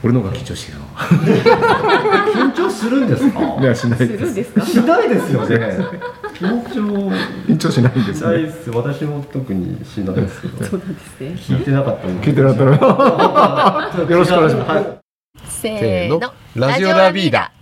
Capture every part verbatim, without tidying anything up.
俺の方が緊張してるな。 緊張するんですか？ いやしないすです。 るんですか？ しないですよね。緊張緊張しないんですね。 ないです。私も特にしないですけど。 そうなんですね。 聞いてなかったんで。 聞いてなかったらよろしくお願いします。 はい。 せせーのーの、 ラジオラビーダ。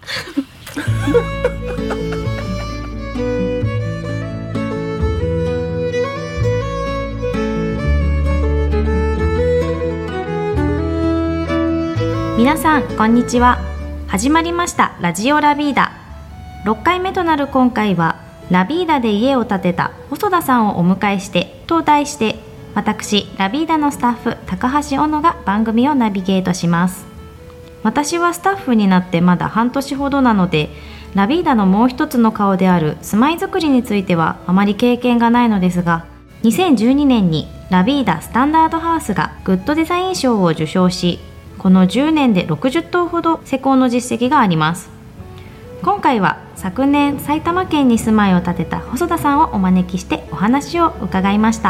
皆さんこんにちは。始まりましたラジオラビーダ。ろっかいめとなる今回はラビーダで家を建てた細田さんをお迎えしてと題して、私ラビーダのスタッフ高橋小野が番組をナビゲートします。私はスタッフになってまだ半年ほどなので、ラビーダのもう一つの顔である住まいづくりについてはあまり経験がないのですが、にせんじゅうにねんにラビーダスタンダードハウスがグッドデザイン賞を受賞し、このじゅうねんでろくじゅっとうほど施工の実績があります。今回は昨年埼玉県に住まいを建てた細田さんをお招きしてお話を伺いました。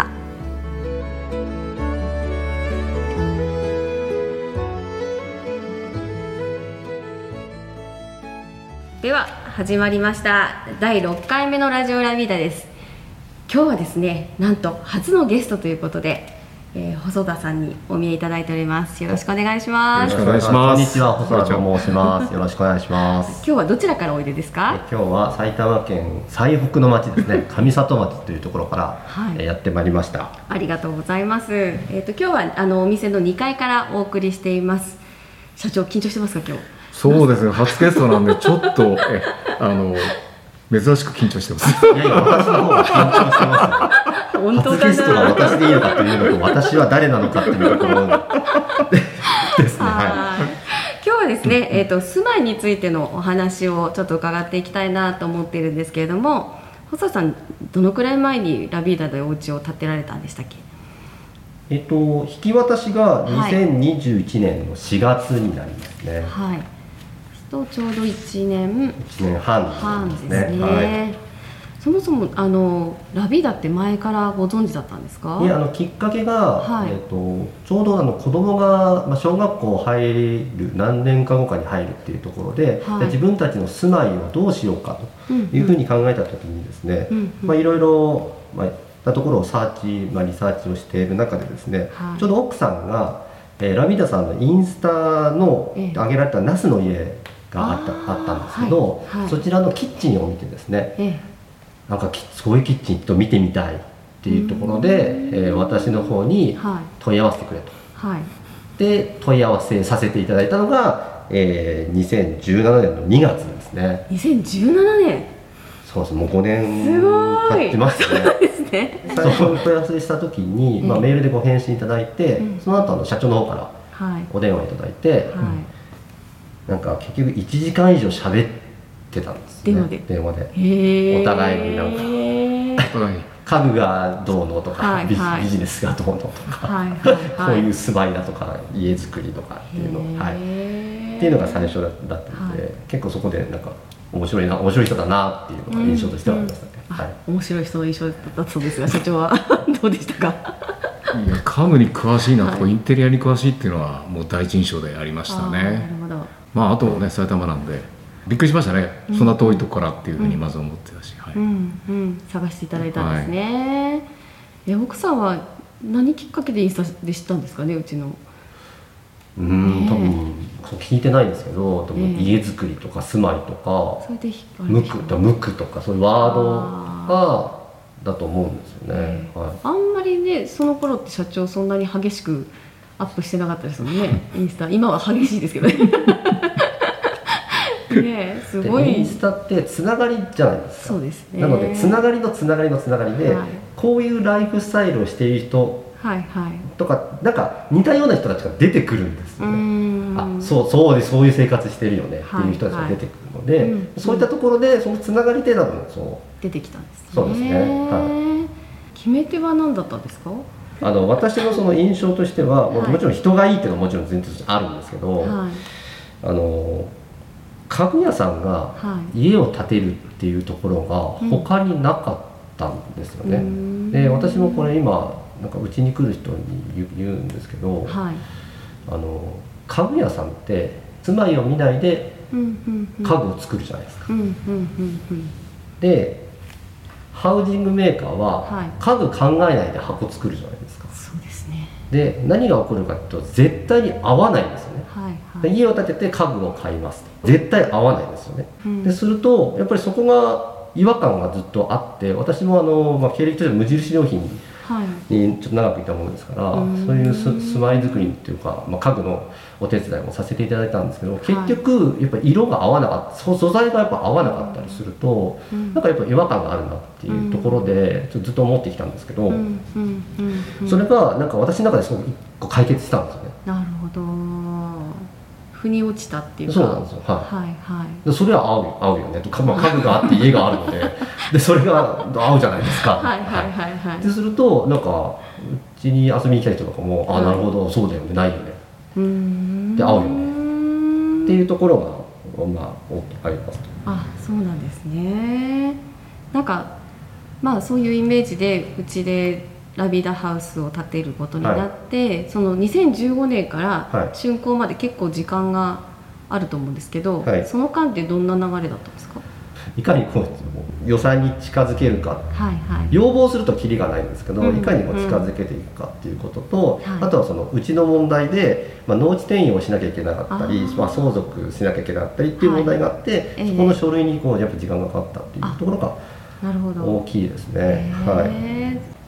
では始まりましただいろっかいめのラジオラビーダです。今日はですね、なんと初のゲストということで、えー、細田さんにお見えいただいております。よろしくお願いします。 よろしくお願いします。 こんにちは、細田と申します。よろしくお願いします。 今日はどちらからおいでですか？ 今日は埼玉県最北の町ですね、上里町というところから、 はい、 えー、やってまいりました。 ありがとうございます。えー、と今日はあのお店のにかいからお送りしています。社長緊張してますか今日？ そうですね、初ゲストなんでちょっとえあの珍しく緊張してます。 いやいや、私の方が緊張してます。 本当だな。 初ゲストが私でいいのかというのと、私は誰なのかっていうところですね。はい。 今日はですね、えー、と住まいについてのお話をちょっと伺っていきたいなと思っているんですけれども、細田さんどのくらい前にラビーダでお家を建てられたんでしたっけ？ えっと引き渡しがにせんにじゅういちねんのしがつになりますね。 はい。とちょうどいちねんいちねんはんですね。 ですね。はい。そもそもあのラビーダって前からご存知だったんですか？ いや、あのきっかけが、はい、えっとちょうどあの子供が、まあ、小学校入る何年か後かに入るっていうところで、はい、自分たちの住まいをどうしようかというふうに考えた時にですね、うんうん、まあいろいろ、まあ、なところをサーチ、まあ、リサーチをしている中でですね、はい、ちょうど奥さんが、えー、ラビーダさんのインスタの上げられたナスの家があった、あったんですけど、はいはい、そちらのキッチンを見てですね、ええ、なんかそういうキッチンと見てみたいっていうところで、えー、私の方に問い合わせてくれと、はい、で問い合わせさせていただいたのが、えー、にせんじゅうななねんのにがつですね。 にせんじゅうななねん。 そうです、もうごねん経ってますね。 そうですね。 最初に問い合わせした時に、まあ、メールでご返信いただいて、うん、その後あの社長の方からお電話いただいて、はいはい、なんか結局いちじかん以上喋ってたんですね。電話で。電話で。お互いになんか家具がどうのとか、はいはい、ビジネスがどうのとか、はいはいはい、こういう住まいだとか家づくりとかっていうの、はい、っていうのが最初だったので、はい、結構そこでなんか面白いな面白い人だなっていうのが印象としてはありましたね。うんうん、はい、 面白い人の印象だったそうですが、社長はどうでしたか？ いや、家具に詳しいなとか、はい、インテリアに詳しいっていうのはもう第一印象でありましたね。 なるほど。 まあ、あとね埼玉なんでびっくりしましたね、うん、そんな遠いとこからっていうふうにまず思ってたし、はい、 うんうん、探していただいたんですね。はい、え奥さんは何きっかけでインスタで知ったんですかね、うちの。 うん、多分聞いてないんですけど、多分家づくりとか住まいとか、それで無垢無垢とかそういうワードがだと思うんですよね。はい、 あんまりね、その頃って社長そんなに激しくアップしてなかったですもんね、インスタ。今は激しいですけどね。ね、すごい。 インスタってつながりじゃないですか。 そうですね。 なのでつながりのつながりのつながりで、はい、こういうライフスタイルをしている人とか、はいはい、なんか似たような人たちが出てくるんですよね。あ、そうそうでそういう生活してるよねっていう人たちが出てくるので、はいはい、そういったところでそのつながりで多分そう出てきたんですね。 そうですね。はい、 決め手は何だったんですか？ あの私のその印象としては、はい、もちろん人がいいっていうのはもちろん前提としてあるんですけど、はい、あの家具屋さんが家を建てるっていうところが他になかったんですよね。うん、で私もこれ今なんかうちに来る人に言うんですけど、はい、あの家具屋さんって住まいを見ないで家具を作るじゃないですか。でハウジングメーカーは家具考えないで箱作るじゃないですか。 そうですね。 で何が起こるかというと絶対に合わないんですよね。はいはい、家を建てて家具を買いますと絶対合わないですよね。うん、でするとやっぱりそこが違和感がずっとあって、私もあの、まあ、経歴としては無印良品にちょっと長くいたものですから、はい、そういう住まい作りっていうか、まあ、家具のお手伝いもさせていただいたんですけど、結局やっぱり色が合わなかった、素材がやっぱ合わなかったりすると、うん、なんかやっぱ違和感があるなっていうところでずっと思ってきたんですけど、それがなんか私の中ですごく一個解決したんですよね。 なるほど。腑に落ちたっていうか。 そうなんですよ。はい。 はいはい。 でそれは合うよ合うよねとか、まあ、家具があって家があるので、でそれが合うじゃないですか。 はいはいはいはい。 でするとなんかうちに遊びに来た人とかも、はい、あなるほどそうだよねないよね。うーん。で合うよねっていうところがまああります。 あ、そうなんですね。なんかまあそういうイメージでうちでラビダハウスを建てることになって、はい、そのにせんじゅうごねんから竣工まで結構時間があると思うんですけど、はい、その間ってどんな流れだったんですか？ いかにこう予算に近づけるか、はいはい、要望するとキリがないんですけど、うん、いかにこう近づけていくかっていうことと、うん、あとはそのうちの問題で、まあ、農地転移をしなきゃいけなかったり、まあ、相続しなきゃいけなかったりっていう問題があって、はい、そこの書類にこうやっぱ時間がかかったっていうところが大きいですね。はい、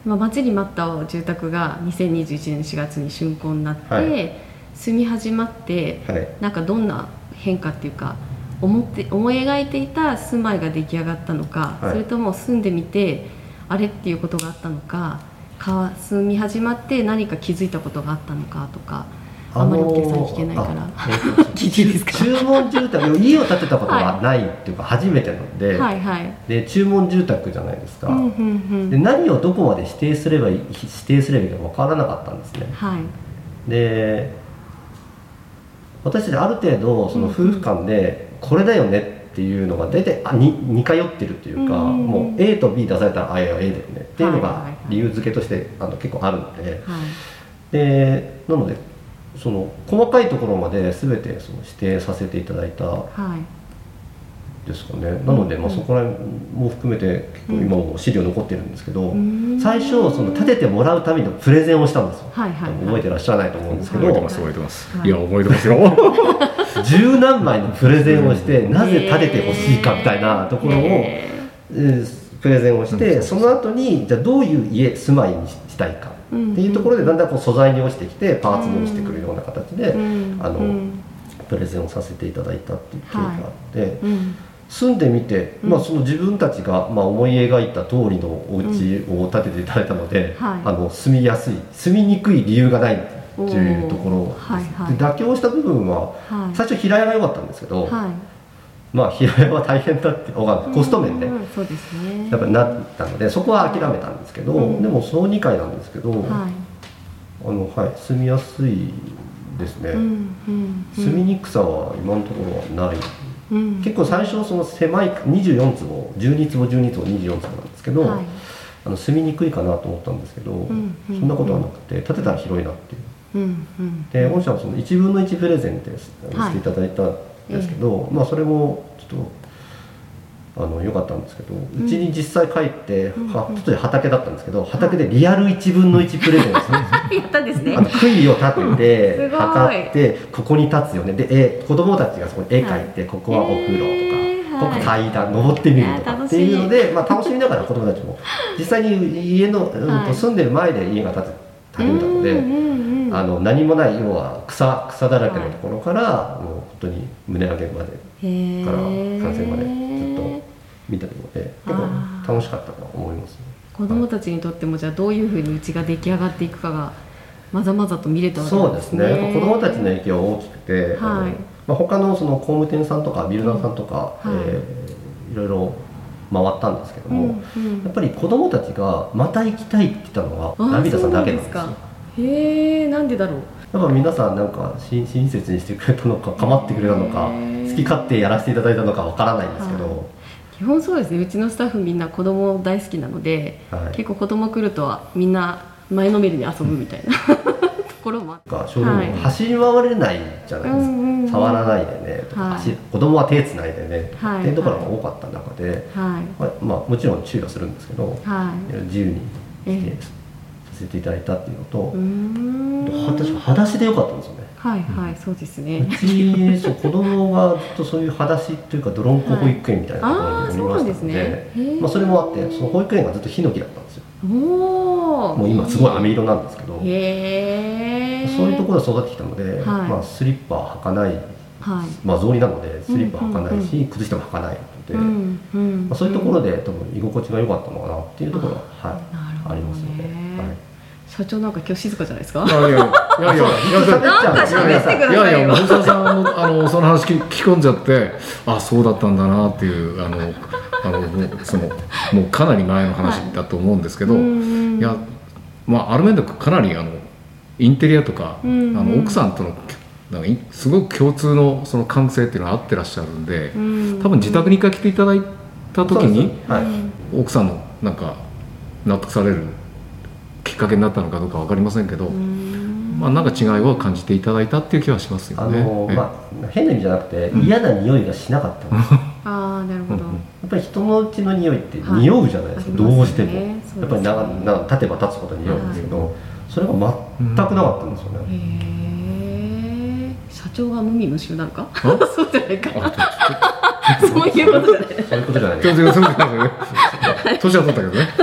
まあ、待ちに待った住宅がにせんにじゅういちねんしがつに竣工になって、はい、住み始まって、はい、なんかどんな変化っていうか思って思い描いていた住まいが出来上がったのか、はい、それとも住んでみてあれっていうことがあったのか、か住み始まって何か気づいたことがあったのかとか、あんまりお客さんに聞けないから、えー、聞いていいですか？ 注文住宅、家を建てたことがないっていうか初めてなので、はいはい、で注文住宅じゃないですか、うんうんうん、で何をどこまで指定すればいい指定すればいいか分からなかったんですね。はい、で私たちある程度その夫婦間でこれだよねっていうのが大体似通ってるというか、うんうん、もう A と B 出されたらあいや A だよねっていうのが理由付けとしてあの結構あるので、はい、でなのでその細かいところまで全てその指定させていただいたですかね。はい、なので、まあ、そこら辺も含めて結構今も資料残ってるんですけど、うん、最初その建ててもらうためのプレゼンをしたんですよ。はいはいはい、覚えてらっしゃらないと思うんですけど、 覚えてます覚えてます、はい、いや覚えてますよ十何枚のプレゼンをしてなぜ建ててほしいかみたいなところを、えー、プレゼンをして、その後にじゃあどういう家住まいにしたいかっていうところでだんだんこう素材に落ちてきてパーツに落ちてくるような形で、うん、あの、うん、プレゼンをさせていただいたっていう経緯があって、はい、うん、住んでみて、まあ、その自分たちがまあ思い描いた通りのお家を建てていただいたので、うんはい、あの住みやすい住みにくい理由がないっていうところ、はいはい、で妥協した部分は、はい、最初平屋が良かったんですけど、はい、まあ平屋は大変だってコスト面で、うん、そうですね、やっぱりなったのでそこは諦めたんですけど、うん、でもそのにかいなんですけど、はい、あのはい、住みやすいですね。うんうんうん、住みにくさは今のところはない。うん、結構最初その狭いにじゅうよんつぼじゅうにつぼじゅうにつぼにじゅうよんつぼなんですけど、はい、あの住みにくいかなと思ったんですけど、うんうん、そんなことはなくて建てたら広いなっていう、うんうん、で御社はそのいちぶんのいちプレゼントしていただいたんですけど、はい、まあ、それもちょっとあの良かったんですけど、うちに実際帰って、うん、はちょっと畑だったんですけど、畑でリアルいちぶんのいちプレゼントですねやったんですね。 あの杭を立てて測ってここに立つよねで、え子供たちがそこに絵描いて、はい、ここはお風呂とか、えー、ここ階段登ってみるとかっていうので、まあ、楽しみながら子供たちも実際に家の、うん、住んでる前で家が建て始めたので、うんうん、あの何もない要は 草, 草だらけのところから、はい、もう本当に胸上げまでから完成までずっと見てるので結構楽しかったと思います、ね、 子どもたちにとってもじゃあどういうふうにうちが出来上がっていくかがまざまざと見れたわけですね。 そうですね、やっぱ子どもたちの影響は大きくて、はい、あのまあ、他のその工務店さんとかビルダーさんとか、うん、えー、いろいろ回ったんですけども、うんうん、やっぱり子どもたちがまた行きたいって言ったのはラビダさんだけなんですよ。 へえ、なんでだろう。 やっぱ皆さんなんか親切にしてくれたのか構ってくれたのか好き勝手やらせていただいたのかわからないんですけど、はい、 基本そうですね。うちのスタッフみんな子供大好きなので、はい、結構子供来るとみんな前のめりに遊ぶみたいなところも小道具走り回れないじゃないですか、触らないでねとか、はい、子供は手つないでね、はい、っていうところが多かった中で、はいまあ、もちろん注意はするんですけど、はい、自由にしてさせていただいたっていうのと、うーん私は裸足でよかったんですよね。 はいはい、うん、そうですね。 うちそう子供がずっとそういう裸足というか泥んこ保育園みたいなところにおりましたので、はいあ そ, ね、まあ、それもあってその保育園がずっとヒノキだったんですよ。おもう今すごい飴色なんですけど、へそういうところで育ってきたので、はいまあ、スリッパ履かない、はいまあ、草履なのでスリッパ履かないし、うんうんうん、靴下も履かないので、うんうんまあ、そういうところで多分居心地が良かったのかなっていうところは、はい、ありますので、はい、 社長なんか今日静かじゃないですか。 いやいやいやいやいやなんか喋ってくださいよ。 いやいや藤沢さんのあのその話聞き込んじゃって、あそうだったんだなっていうあのあのそのもうかなり前の話だと思うんですけど、はい、いやまあある面でかなりあのインテリアとか、あの奥さんとのなんかすごく共通のその感性っていうのが合ってらっしゃるんで、多分自宅に来ていただいた時に、はい、奥さんのなんか納得されるきっかけになったのかどうか分かりませんけど、まあ、なんか違いを感じていただいたっていう気はしますよね。 あの、まあ、変な意味じゃなくて、うん、嫌な匂いがしなかったんですああなるほど。やっぱり人のうちの匂いって匂うじゃないですか、はい、どうしても、ね、やっぱりなな立てば立つほど匂うんですけど、はい、それが全くなかったんですよね、うん、 へえ社長が無味無臭なのかそうじゃないかそういうことじゃないそういうことじゃない年は取ったけどね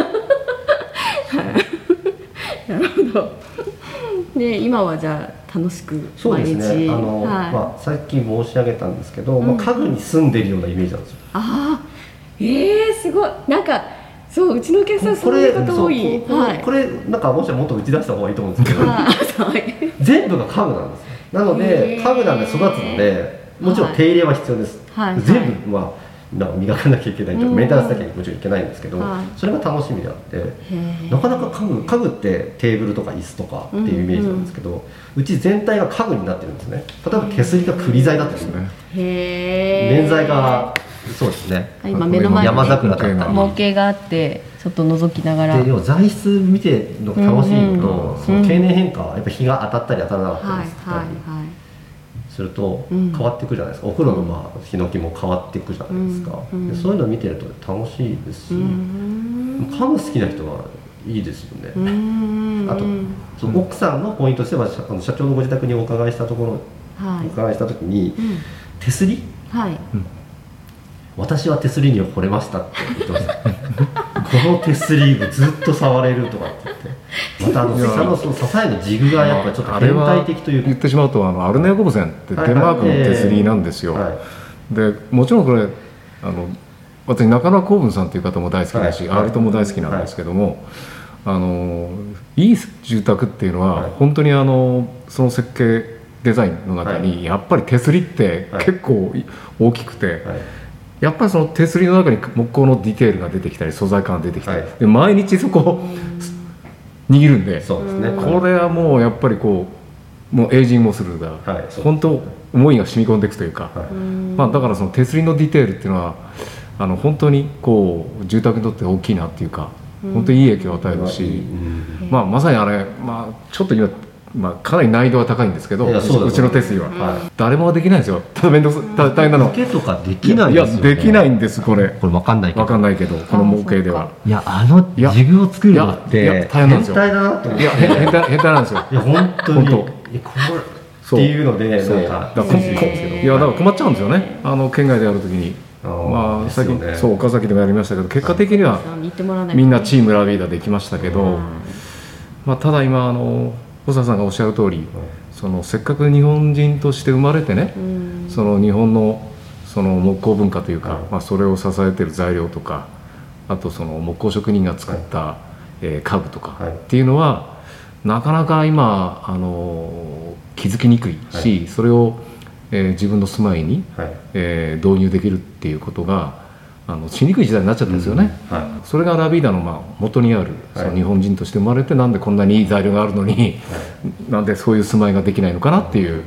なるほど。で今はじゃあ楽しく毎日。 そうですね。あの、はいまあ、さっき申し上げたんですけど、うんまあ、家具に住んでるようなイメージなんですよ。 ああ、えー、すごい。なんかそううちのお客さんそういう方多い。 これ、はい、これなんかもしもっと打ち出した方がいいと思うんですけど、全部が家具なんですよ。なので家具なんで育つので、もちろん手入れは必要です。はい、全部は、まあなんか磨かなきゃいけないとか、メンテナンスだけにもちろんいけないんですけど、はい、それが楽しみであって、なかなか家具、家具ってテーブルとか椅子とかっていうイメージなんですけど、うんうん、うち全体が家具になってるんですね。例えば手すりが栗材だったりする、面材がそうですね、 今目の前に、ね、 山桜だったり模型があってちょっと覗きながらで要は材質見てるのが楽しいのと、うんうん、その経年変化はやっぱ日が当たったり当たらなかったりする、はいはいはいすると変わっていくじゃないですか、うん、お風呂のまあヒノキも変わっていくじゃないですか、うん、でそういうのを見てると楽しいですし、うん、家具好きな人はいいですよね、うん、あとその奥さんのポイントとしてはあの社長のご自宅にお伺いしたところ、はい、お伺いした時に、うん、手すり、はいうん、私は手すりに惚れましたって言ってましたこの手すりをずっと触れるとかって言ってまたあの下のその支えのジグがやっぱりちょっと変態的というか言ってしまうとあのアルネアゴブゼンってデンマークの手すりなんですよ、はいはいえー、でもちろんこれあの私中村光文さんという方も大好きだし、はい、アルトも大好きなんですけども、はい、あのいい住宅っていうのは、はい、本当にあのその設計デザインの中にやっぱり手すりって結構大きくて、はいはいやっぱりその手すりの中に木工のディテールが出てきたり素材感が出てきたり、はい、で毎日そこを握るんで、そうですね、これはもうやっぱりこうもうエイジングもするが、はい、本当思いが染み込んでいくというか、はいまあ、だからその手すりのディテールっていうのはあの本当にこう住宅にとって大きいなっていうか本当にいい影響を与えるし、まあ、まさにあれ、まあ、ちょっと今まあ、かなり難易度は高いんですけど う, うちの手すりは、はい、誰もできないんですよ。ただ面倒大変なの受けとかできないですよ、ね、 いやできないんですこれこれ分かんないけど分かんないけどこの模型ではいやあのジグを作るのっていやいや大変なんですよ。 変態だなと思っていや変態変態なんですよいや本当に本当っていうのでなんかだからいやだから困っちゃうんですよねあの県外でやるときにまあ最近、ね、そう岡崎でもやりましたけど結果的にはみんなチームラビーダできましたけど、まあ、ただ今あの細田さんがおっしゃる通り、うん、そのせっかく日本人として生まれてね、うん、その日本のその木工文化というか、うんまあ、それを支えている材料とかあとその木工職人が作った、はいえー、家具とかっていうのは、はい、なかなか今あの気づきにくいし、はい、それを、えー、自分の住まいに、はいえー、導入できるっていうことがあのしにくい時代になっちゃったんですよね、うんはい、それがラビーダのまあ元にある、はい、その日本人として生まれてなんでこんなにいい材料があるのに、はい、なんでそういう住まいができないのかなっていう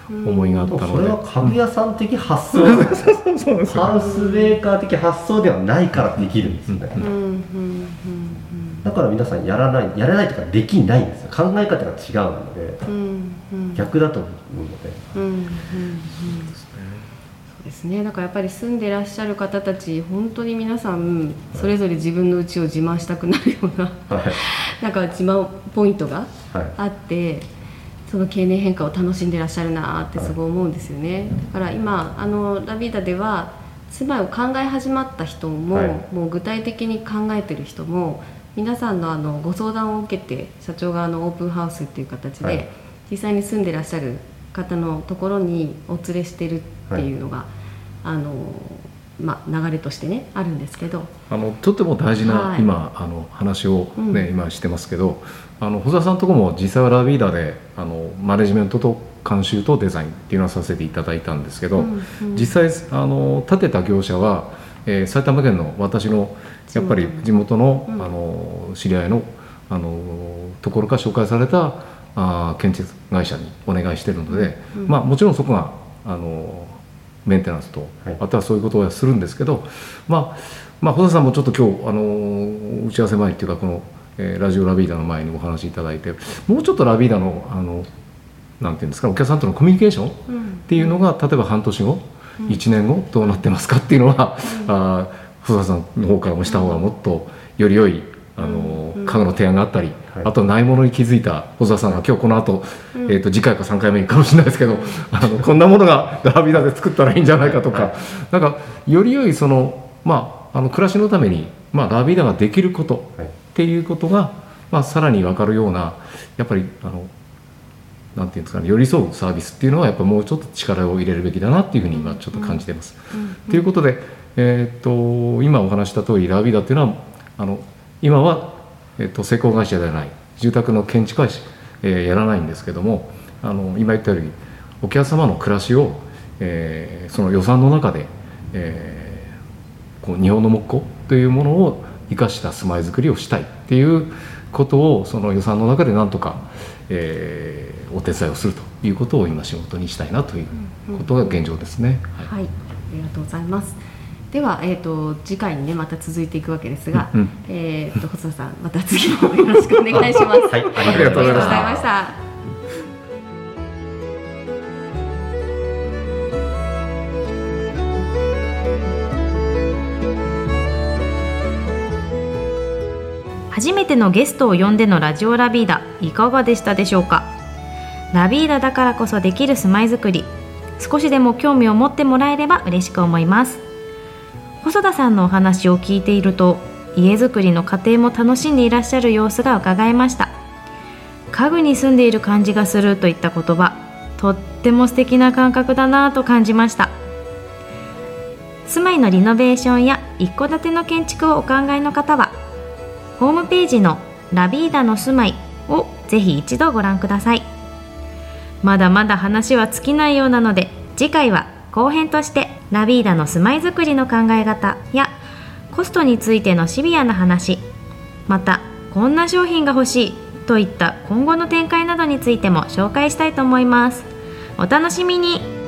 思いがあったので、 それは家具屋さん的発想なんですね。ハウスメーカー的発想ではないからできるんですよね。だから皆さんやらないやらないとかできないんですよ。考え方が違うので、逆だと思うので。 そうですね。だからやっぱり住んでらっしゃる方たち、本当に皆さんそれぞれ自分の家を自慢したくなるような、はい、なんか自慢ポイントがあって、はい、その経年変化を楽しんでらっしゃるなってすごい思うんですよね。だから今あのラビーダでは住まいを考え始まった人も、はい、もう具体的に考えてる人も皆さんのあのご相談を受けて社長があのオープンハウスっていう形で、はい、実際に住んでらっしゃる方のところにお連れしてるっていうのが、はい、あのまあ、流れとしてねあるんですけど、 あのとっても大事な、はい、今あの話を、ねうん、今してますけど、あの細田さんのところも実際はラビーダであのマネジメントと監修とデザインっていうのをさせていただいたんですけど、うんうん、実際あの建てた業者は、えー、埼玉県の私のやっぱり地元の、うん、あの知り合いの、あのところから紹介されたあ建設会社にお願いしてるので、うん、まあ、もちろんそこがあのメンテナンスと、はい、あとはそういうことをするんですけど、まあまあ、細田さんもちょっと今日あの打ち合わせ前っていうかこの、えー、ラジオラビーダの前にお話しいただいて、もうちょっとラビーダのあのなんていうんですか、お客さんとのコミュニケーションっていうのが、うん、例えば半年後、うん、いちねんごどうなってますかっていうのは、うん、あ細田さんの方からもした方がもっとより良いあの、うん、家具の提案があったり、はい、あとないものに気づいた細田さんが今日この後、うん、えーと次回かさんかいめかもしれないですけど、あのこんなものがラビダで作ったらいいんじゃないかとか、はい、なんかより良いその、まあ、あの暮らしのために、まあ、ラビダができることっていうことが、まあ、さらに分かるようなやっぱりあのなんていうんですかね、寄り添うサービスっていうのはやっぱもうちょっと力を入れるべきだなっていうふうに今ちょっと感じています。と、うんうんうん、いうことで、えー、と今お話した通りラビダっていうのはあの今は、えー、と施工会社ではない住宅の建築会社、えー、やらないんですけども、あの今言ったようにお客様の暮らしを、えー、その予算の中で、えー、こう日本の木工というものを生かした住まいづくりをしたいっていうことをその予算の中でなんとか、えー、お手伝いをするということを今仕事にしたいなということが現状ですね。 はい、はい、ありがとうございます。では、えー、と次回にねまた続いていくわけですが、うんうん、えー、と細田さんまた次もよろしくお願いします。 はい、ありがとうございました。 初めてのゲストを呼んでのラジオラビーダいかがでしたでしょうか。ラビーダだからこそできる住まいづくり、少しでも興味を持ってもらえれば嬉しく思います。細田さんのお話を聞いていると家づくりの過程も楽しんでいらっしゃる様子が伺えました。家具に住んでいる感じがするといった言葉、とっても素敵な感覚だなと感じました。住まいのリノベーションや一戸建ての建築をお考えの方はホームページのラビーダの住まいをぜひ一度ご覧ください。まだまだ話は尽きないようなので、次回は後編としてラビーダの住まいづくりの考え方やコストについてのシビアな話、またこんな商品が欲しいといった今後の展開などについても紹介したいと思います。お楽しみに。